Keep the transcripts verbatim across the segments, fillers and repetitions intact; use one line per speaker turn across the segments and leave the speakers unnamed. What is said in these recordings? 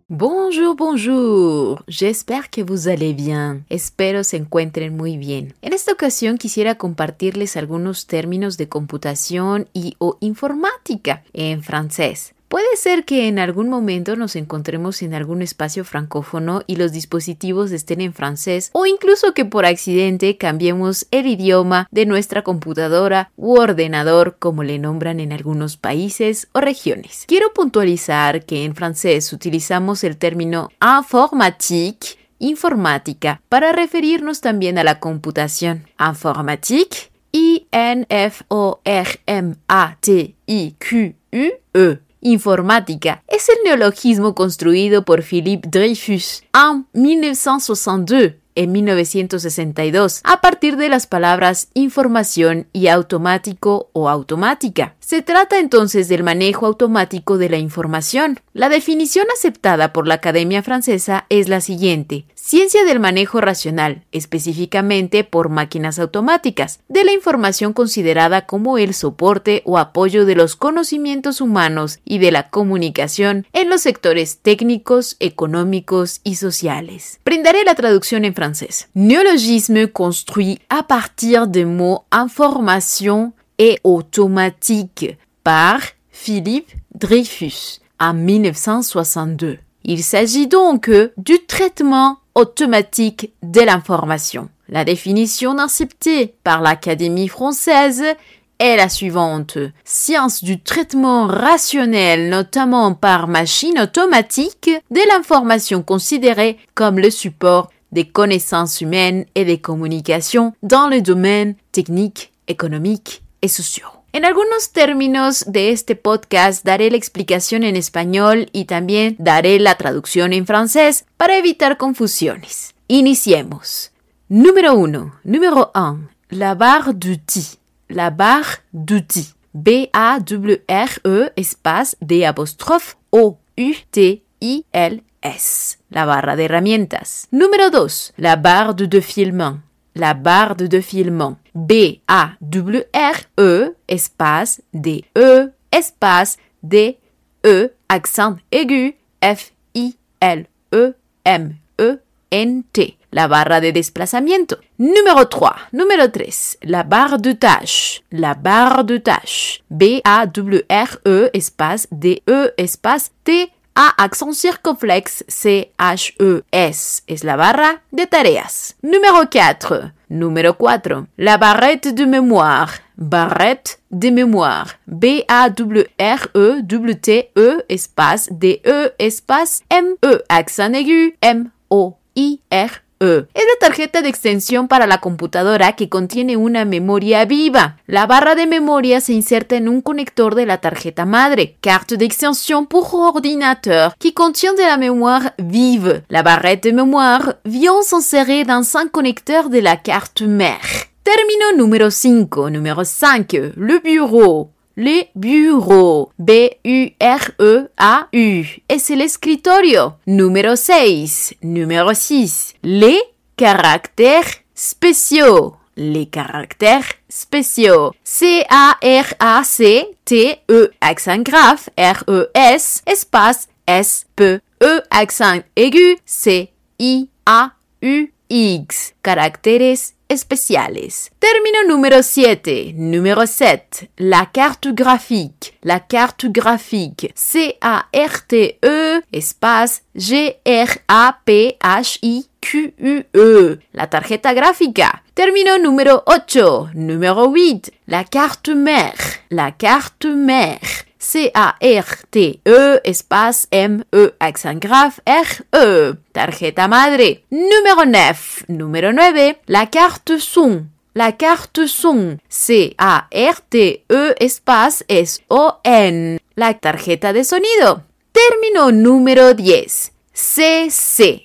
Bonjour, bonjour. J'espère que vous allez bien. Espero se encuentren muy bien. En esta ocasión quisiera compartirles algunos términos de computación y o informática en francés. Puede ser que en algún momento nos encontremos en algún espacio francófono y los dispositivos estén en francés o incluso que por accidente cambiemos el idioma de nuestra computadora u ordenador como le nombran en algunos países o regiones. Quiero puntualizar que en francés utilizamos el término informatique, informática, para referirnos también a la computación. Informatique, I N F O R M A T I Q U E. Informática es el neologismo construido por Philippe Dreyfus en mil novecientos sesenta y dos, en mil novecientos sesenta y dos, a partir de las palabras información y automático o automática. Se trata entonces del manejo automático de la información. La definición aceptada por la Academia Francesa es la siguiente: ciencia del manejo racional, específicamente por máquinas automáticas, de la información considerada como el soporte o apoyo de los conocimientos humanos y de la comunicación en los sectores técnicos, económicos y sociales. Brindaré la traducción en francés. Néologisme construit à partir des mots information et automatique par Philippe Dreyfus en mil novecientos sesenta y dos. Il s'agit donc du traitement automatique de l'information. La définition acceptée par l'Académie française est la suivante: science du traitement rationnel, notamment par machine automatique, de l'information considérée comme le support des connaissances humaines et des communications dans les domaines techniques, économiques et sociaux. En algunos términos de este podcast daré la explicación en español y también daré la traducción en francés para evitar confusiones. Iniciemos. Número uno. Número un. La barre d'outils. La barre d'outils. B A W R E espace D apostrophe O U T I L S. La barra de herramientas. Número dos. La barre de défilement. La barre de défilement. B A W R E espace D E espace D E accent aigu F I L E M E N T. La barra de desplazamiento. Número trois. Número tres. La barre de tâche. La barre de tâche. B A W R E espace D E espace T A accent circonflexe C H E S. Es la barra de tareas. Número quatre. Número cuatro. La barrette de mémoire. Barrette de mémoire. B A W R E W T E espace D E espace M E accent aigu M O I R E. Es la tarjeta de extensión para la computadora que contiene una memoria viva. La barra de memoria se inserta en un conector de la tarjeta madre, carte d'extension pour ordinateur, qui contient de la mémoire vive. La barrette de mémoire vient s'insérer dans un connecteur de la carte mère. Término número cinco. Número cinq. Le bureau. Le bureau. B U R E A U. Es el escritorio. Número seis. Número six. Les caractères spéciaux. Les caractères spéciaux. C A R A C T E accent grave R E S espace S P E accent aigu C I A U X. Caractères especiales. Término número siete. Número sept. La carte graphique. La carte graphique. C A R T E espace G R A P H I Q U E. La tarjeta gráfica. Término número ocho. Número huit. La carte mère. La carte mère. C A R T E espace M E accent grave R E. Tarjeta madre. Número neuf. Número nueve. La carte son. La carte son. C A R T E espace S O N. La tarjeta de sonido. Término número diez. C C.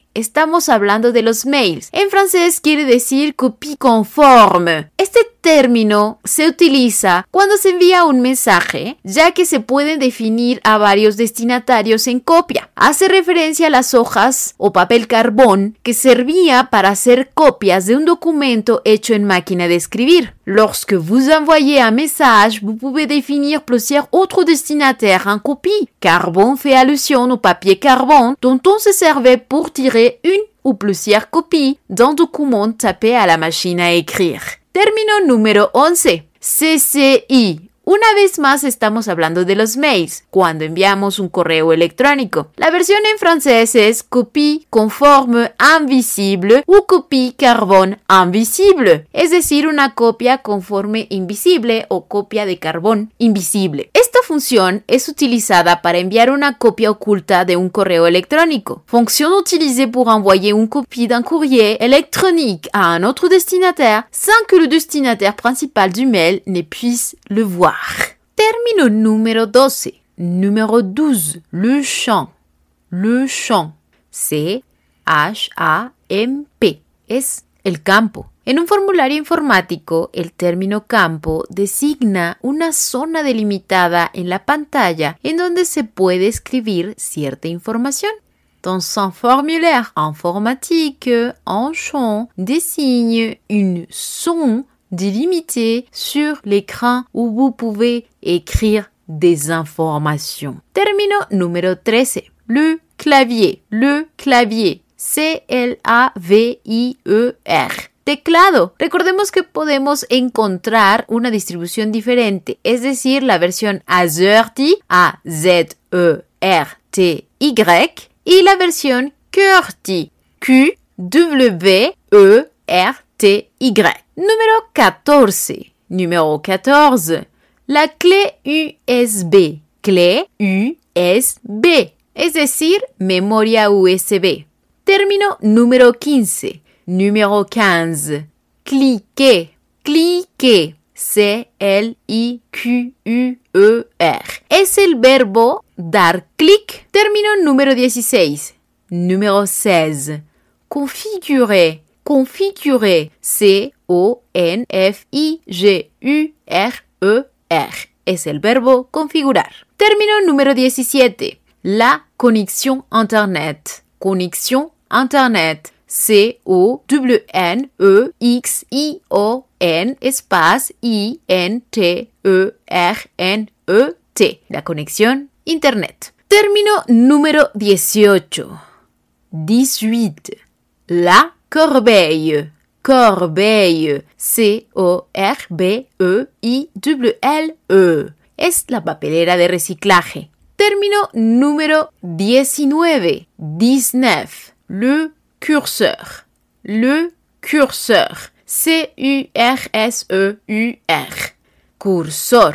Estamos hablando de los mails. En francés quiere decir copie conforme. Este término se utiliza cuando se envía un mensaje, ya que se pueden definir a varios destinatarios en copia. Hace referencia a las hojas o papel carbón que servía para hacer copias de un documento hecho en máquina de escribir. Lorsque vous envoyez un message, vous pouvez définir plusieurs autres destinataires en copie. Carbone fait allusion au papier carbone dont on se servait pour tirer une ou plusieurs copies d'un document tapé à la machine à écrire. Término número once. C C I. Una vez más estamos hablando de los mails, cuando enviamos un correo electrónico. La versión en francés es copie conforme invisible o copie carbone invisible, es decir, una copia conforme invisible o copia de carbón invisible. Esta función es utilizada para enviar una copia oculta de un correo electrónico. Fonction utilisée pour envoyer une copie d'un courrier électronique à un autre destinataire sans que le destinataire principal du mail ne puisse le voir. Término número doce. Número douze. Le champ. Le champ. C H A M P. Es el campo. En un formulario informático, el término campo designa una zona delimitada en la pantalla en donde se puede escribir cierta información. Dans un formulaire informatique, un champ désigne une zone délimitée sur l'écran où vous pouvez écrire des informations. Término número trece. Le clavier. Le clavier. C L A V I E R. Teclado. Recordemos que podemos encontrar una distribución diferente, es decir, la versión AZERTY, A Z E R T Y, y la versión QWERTY, Q W E R T Y. Número catorce. Número catorce. La clé U S B. Clé U S B, es decir, memoria U S B. Término número quince. Número quince. Cliquer. Cliquer. C L I Q U E R. Es el verbo dar clic. Término número dieciséis. Número seize. Configurer. Configurer. C O N F I G U R E R. Es el verbo configurar. Término número diecisiete. La conexión Internet. Conexión Internet. C O W N E X I O N espace I N T E R N E T. La conexión Internet. Término número dieciocho. dix-huit. La corbeille. Corbeille. C O R B E I W L E. Es la papelera de reciclaje. Término número diecinueve. diecinueve. Le curseur. Le curseur. C U R S E U R. Cursor.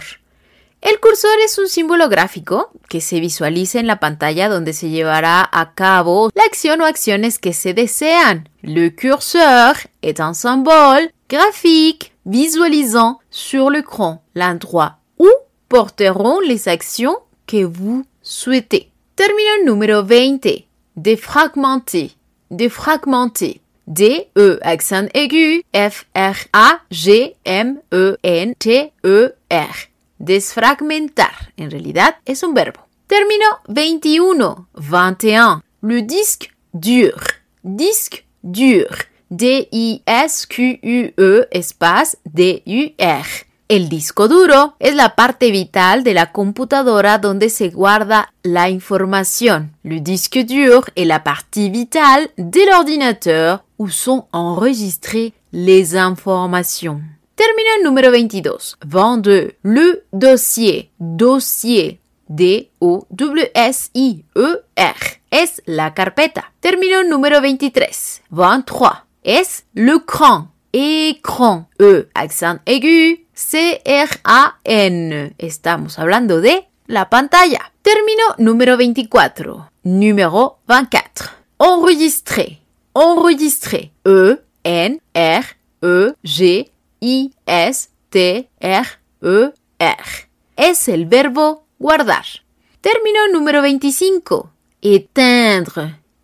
El cursor es un símbolo gráfico que se visualiza en la pantalla donde se llevará a cabo la acción o acciones que se desean. Le curseur est un symbole graphique visualisant sur l'écran l'endroit où porteront les actions que vous souhaitez. Término número veinte. Défragmenter. Défragmenter. D E accent aigu F R A G M E N T E R. Desfragmentar. En realidad es un verbo. Término veintiuno. vingt et un. Le disque dur. Disque dur. D I S Q U E espace D U R. El disco duro es la parte vital de la computadora donde se guarda la información. Le disque dur est la partie vitale de l'ordinateur où sont enregistrées les informations. Término número veintidós. veintidós. Le dossier. Dossier. D O W S I E R. Es la carpeta. Término número veintitrés. veintitrés. Es l'écran. Écran. E, accent aigu. C R A N. Estamos hablando de la pantalla. Término número veinticuatro. Número veinticuatro. Enregistrer. Enregistrer. E N R E G I S T R E R. Es el verbo guardar. Término número veinticinco. Éteindre. Éteindre.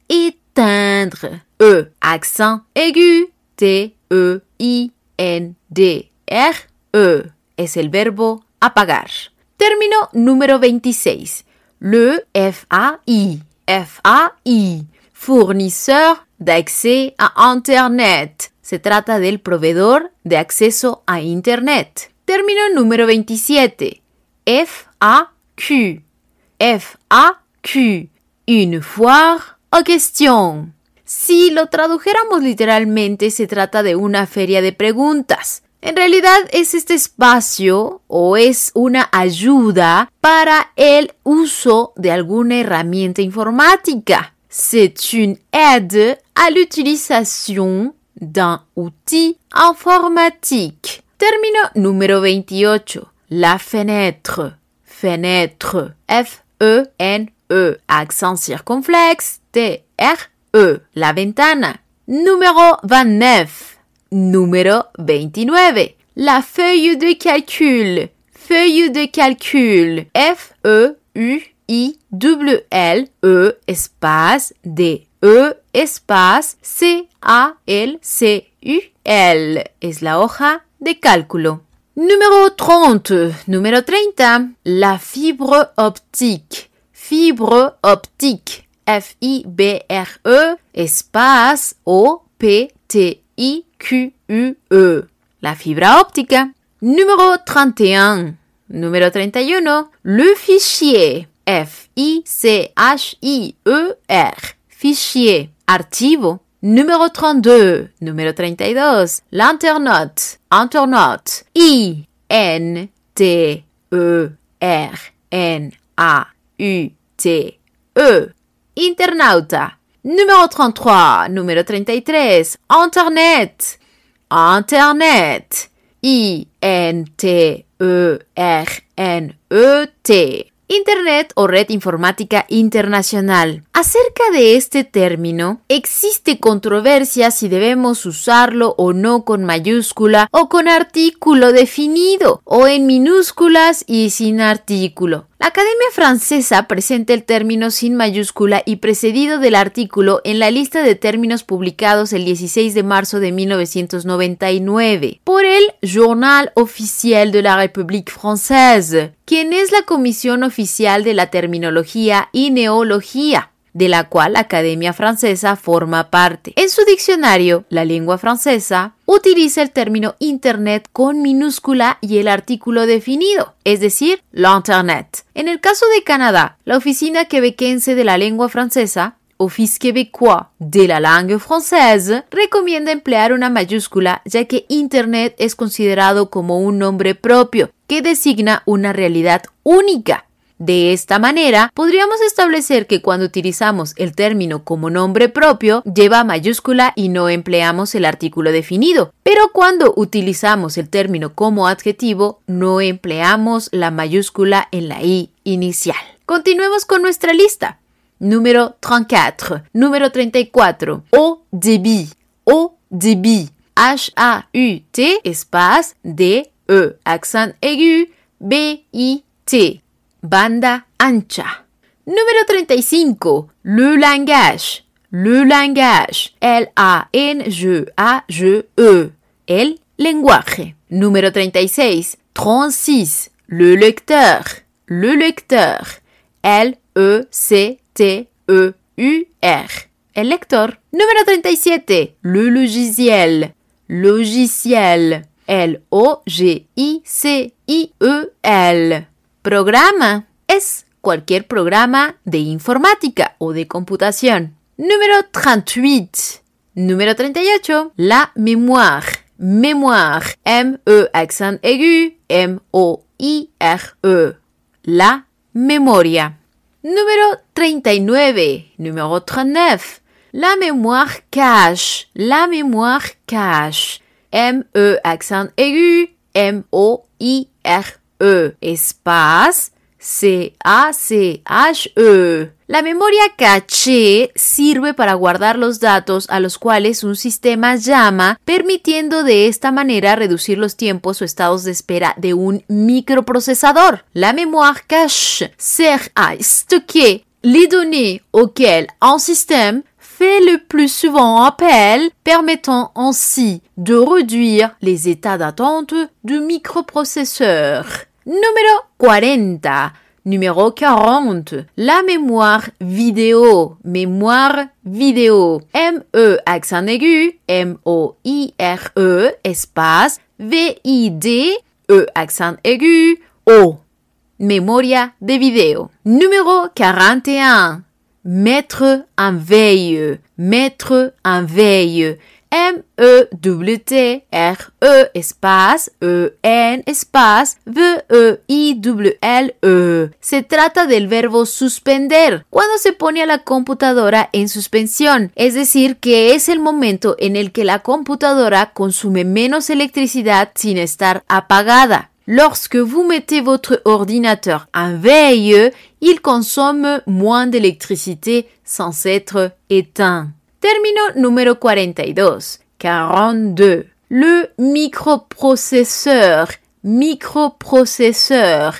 éteindre. E, accent aigu, T, E, I, N, D, R, E. Es el verbo apagar. Término número veintiséis. Le F A I. F A I. Fournisseur d'accès à Internet. Se trata del proveedor de acceso a Internet. Término número veintisiete. F A Q. F A Q. Une foire aux questions. Si lo tradujéramos literalmente, se trata de una feria de preguntas. En realidad es este espacio o es una ayuda para el uso de alguna herramienta informática. C'est une aide à l'utilisation d'un outil informatique. Término número veintiocho. La fenêtre. Fenêtre. F E N E. Accent circonflexe. T R E. La ventana. Número veintinueve. Número veintinueve. La feuille de calcul. Feuille de calcul. F E U I W L E espace D E espace C A L C U L. Es la hoja de cálculo. Número treinta. Número treinta. La fibre optique. Fibre optique. F I B R E espace O P T I Q U E. La fibra óptica. Número treinta y uno. Número treinta y uno. Le fichier. F I C H I E R. Fichier. Archivo. Número treinta y dos. Número treinta y dos. L'internaute. Internaute. I N T E R N A U T E. Internauta. Número treinta y tres. Número treinta y tres. Internet. Internet. I N T E R N E T. Internet o Red Informática Internacional. Acerca de este término, existe controversia si debemos usarlo o no con mayúscula o con artículo definido, o en minúsculas y sin artículo. La Academia Francesa presenta el término sin mayúscula y precedido del artículo en la lista de términos publicados el dieciséis de marzo de mil novecientos noventa y nueve por el Journal Officiel de la République Française, quien es la Comisión Oficial de la Terminología y Neología, de la cual la Academia Francesa forma parte. En su diccionario, la lengua francesa utiliza el término Internet con minúscula y el artículo definido, es decir, l'Internet. En el caso de Canadá, la Oficina Quebequense de la Lengua Francesa, Office québécois de la langue française, recomienda emplear una mayúscula ya que Internet es considerado como un nombre propio que designa una realidad única. De esta manera, podríamos establecer que cuando utilizamos el término como nombre propio, lleva mayúscula y no empleamos el artículo definido. Pero cuando utilizamos el término como adjetivo, no empleamos la mayúscula en la I inicial. Continuemos con nuestra lista. Número treinta y cuatro. Número treinta y cuatro. Haut débit. Haut débit. H A U T espace D E. Accent aigu. B I T. Banda ancha. Número treinta y cinco. Le langage. Le langage. L A N G A G E. El lenguaje. Número treinta y seis. treinta y seis. Le lecteur. Le lecteur. L E C T E U R. El lector. Número treinta y siete. Le logiciel. Logiciel. L O G I C I E L. Programa es cualquier programa de informática o de computación. Número treinta y ocho. Número treinta y ocho. La mémoire. Mémoire. M E accent aigu. M O I R E. La memoria. Número treinta y nueve. Número treinta y nueve. La mémoire cache. La mémoire cache. M E accent aigu. M O I R E. Espace. C A C H E. La memoria caché sirve para guardar los datos a los cuales un sistema llama, permitiendo de esta manera reducir los tiempos o estados de espera de un microprocesador. La mémoire caché sert à stocker les données auxquelles un système fait le plus souvent appel, permettant ainsi de réduire les états d'attente du microprocesseur. Numéro cuarenta. Numéro quarante. La mémoire vidéo. Mémoire vidéo. M-E accent aigu. M-O-I-R-E espace V-I-D E accent aigu O. Mémoire de vidéo. Numéro quarante et un. Mettre en veille. Mettre en veille. M-E-W-T-R-E espace E-N espace V-E-I-W-L-E. Se trata del verbo suspender, cuando se pone a la computadora en suspensión, es decir, que es el momento en el que la computadora consume menos electricidad sin estar apagada. Lorsque vous mettez votre ordinateur en veille, il consomme moins d'électricité sans être éteint. Término número cuarenta y dos. quarante-deux. Le microprocesseur. Microprocesseur.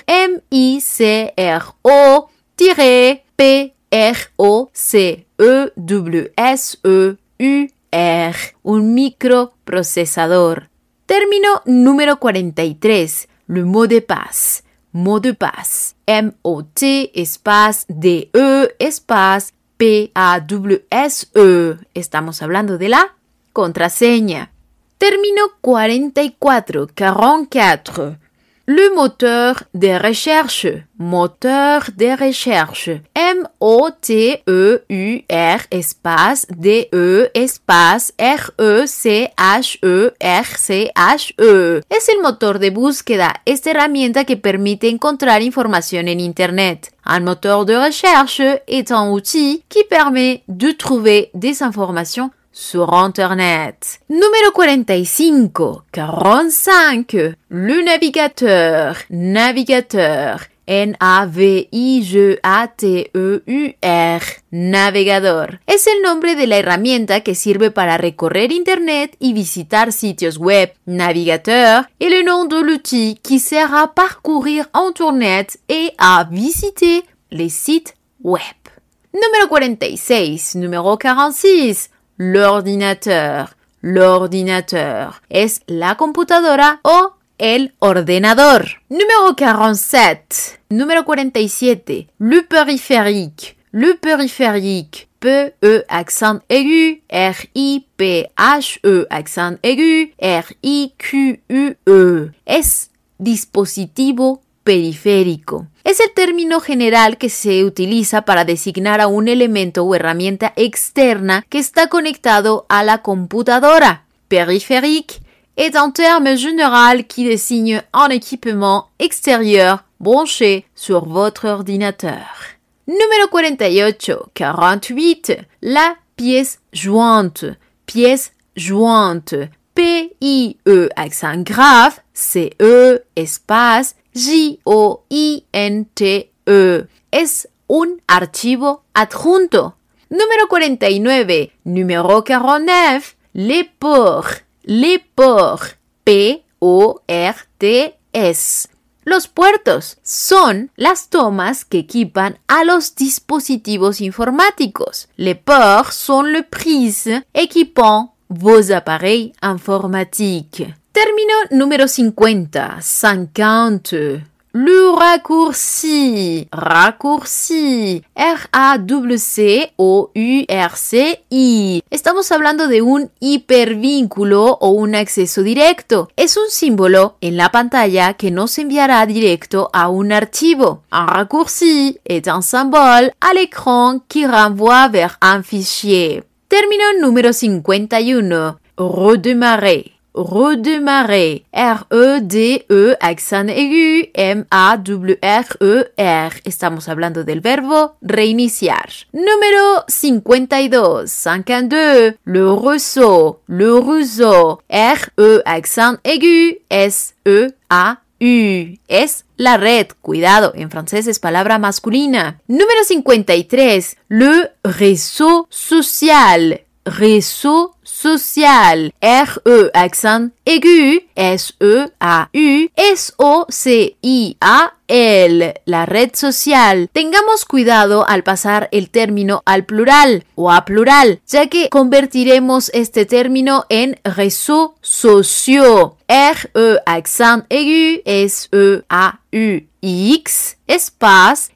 M-I-C-R-O-P-R-O-C-E-W-S-E-U-R. Un microprocesador. Término número cuarenta y tres. Le mot de passe. Mot de passe. M-O-T espace D-E espace P A W S E. Estamos hablando de la contraseña. Término cuarenta y cuatro. quarante-quatre. Le moteur de recherche. Moteur de recherche. M-O-T-E-U-R espace D-E espace R-E-C-H-E-R-C-H-E. Es el motor de búsqueda, esta herramienta que permite encontrar información en Internet. Un moteur de recherche est un outil qui permet de trouver des informations sur Internet. Numéro cuarenta y cinco. quarante-cinq. Le navigateur. Navigateur. N A V I G A T E U R. Navegador. Es el nombre de la herramienta que sirve para recorrer Internet y visitar sitios web. Navigateur est le nom de l'outil qui sert à parcourir Internet et à visiter les sites web. Numéro cuarenta y seis. Numéro quarante-six. L'ordinateur. L'ordinateur. Es la computadora o el ordenador. Número quarante-sept. Número cuarenta y siete. Le périphérique. Le périphérique. P-E accent aigu. R-I-P-H-E accent aigu. R-I-Q-U-E. Es dispositivo periférico. Es el término general que se utiliza para designar a un elemento o herramienta externa que está conectado a la computadora. Périphérique est un terme général qui désigne un équipement extérieur branché sur votre ordinateur. Numéro cuarenta y ocho. quarante-huit. La pièce jointe. Pièce jointe. P-I-E accent grave. C-E espace J-O-I-N-T-E. Es un archivo adjunto. Número cuarenta y nueve. Numéro quarante-neuf. Les ports. Les ports. P-O-R-T-S. Los puertos son las tomas que equipan a los dispositivos informáticos. Les ports sont les prises équipant vos appareils informatiques. Término número cincuenta. cinquante. Le raccourci. Raccourci. R-A-C-C-O-U-R-C-I. Estamos hablando de un hipervínculo o un acceso directo. Es un símbolo en la pantalla que nos enviará directo a un archivo. Un raccourci est un symbole à l'écran qui renvoie vers un fichier. Término número cincuenta y uno. Redémarrer. Redémarrer. R-E-D-E accent aigu. M-A-W-R-E-R. Estamos hablando del verbo reiniciar. Número cincuenta y dos. cinquante-deux. Le réseau. Le réseau. R-E accent aigu. S-E-A-U. Es la red. Cuidado, en francés es palabra masculina. Número cincuenta y tres. Le réseau social. réseau social. R-E accent aigu, S-E-A-U, S-O-C-I-A-L, la red social. Tengamos cuidado al pasar el término al plural o a plural, ya que convertiremos este término en réseaux sociaux. R-E accent aigu, S-E-A-U-X, espace,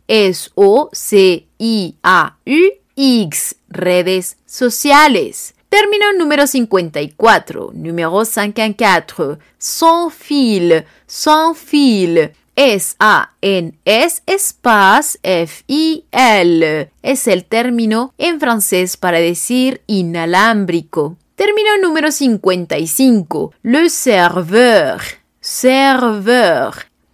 S-O-C-I-A-U-X, redes sociales. Término número cincuenta y cuatro, numéro cinquante y cuatro, sans fil, sans fil, S-A-N-S espace F-I-L. Es el término en francés para decir inalámbrico. Término número cincuenta y cinco, le serveur, serveur,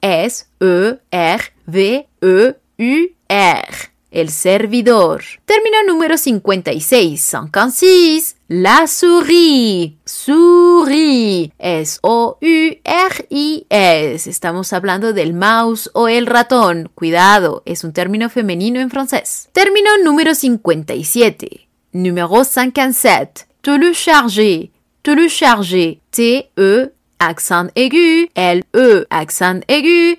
S-E-R-V-E-U-R. El servidor. Término número cincuenta y seis, cincuenta y seis, la souris, souris, S O U R I S. Estamos hablando del mouse o el ratón. Cuidado, es un término femenino en francés. Término número cincuenta y siete, número cincuenta y siete, télécharger, télécharger, T-E accent aigu, L-E accent aigu,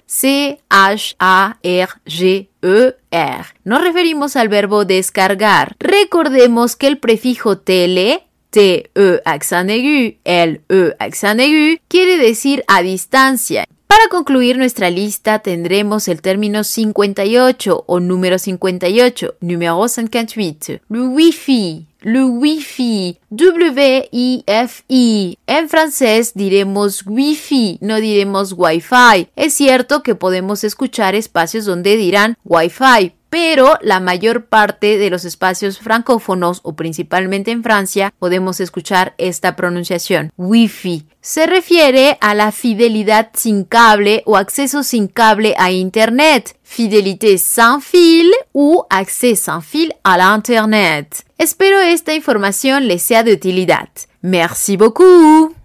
C-H-A-R-G-E-R. Nos referimos al verbo descargar. Recordemos que el prefijo tele, T-E accent aigu, L-E accent aigu, quiere decir a distancia. Para concluir nuestra lista tendremos el término cincuenta y ocho o número cincuenta y ocho, número cincuenta y ocho, le wifi, le wifi, W I F I. En francés diremos wifi, no diremos wifi. Es cierto que podemos escuchar espacios donde dirán wifi, pero la mayor parte de los espacios francófonos, o principalmente en Francia, podemos escuchar esta pronunciación, wifi. Se refiere a la fidelidad sin cable o acceso sin cable a Internet, fidélité sans fil o accès sans fil à l'Internet. Espero esta información les sea de utilidad. Merci beaucoup!